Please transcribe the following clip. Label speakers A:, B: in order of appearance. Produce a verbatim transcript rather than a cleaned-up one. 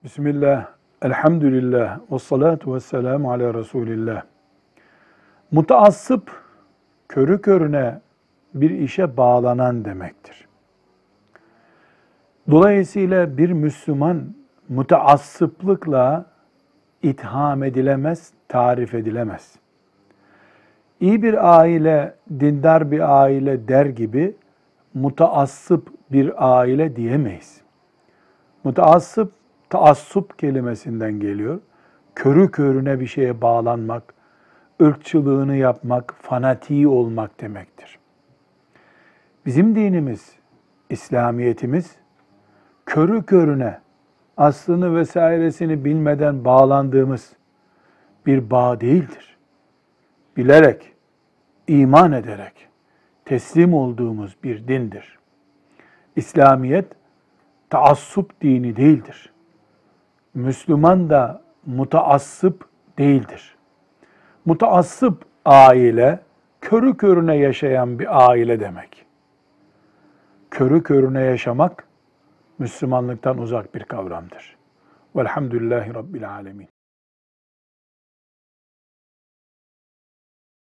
A: Bismillah, elhamdülillah, ve salatu ve selamu ala Resulillah. Mutaassıp, körü körüne bir işe bağlanan demektir. Dolayısıyla bir Müslüman mutaassıplıkla itham edilemez, tarif edilemez. İyi bir aile, dindar bir aile der gibi mutaassıp bir aile diyemeyiz. Mutaassıp, taassup kelimesinden geliyor. Körü körüne bir şeye bağlanmak, ırkçılığını yapmak, fanatiği olmak demektir. Bizim dinimiz, İslamiyetimiz, körü körüne, aslını vesairesini bilmeden bağlandığımız bir bağ değildir. Bilerek, iman ederek, teslim olduğumuz bir dindir. İslamiyet, taassup dini değildir. Müslüman da mutaassıp değildir. Mutaassıp aile, körü körüne yaşayan bir aile demek. Körü körüne yaşamak, Müslümanlıktan uzak bir kavramdır. Velhamdülillahi Rabbil alemin.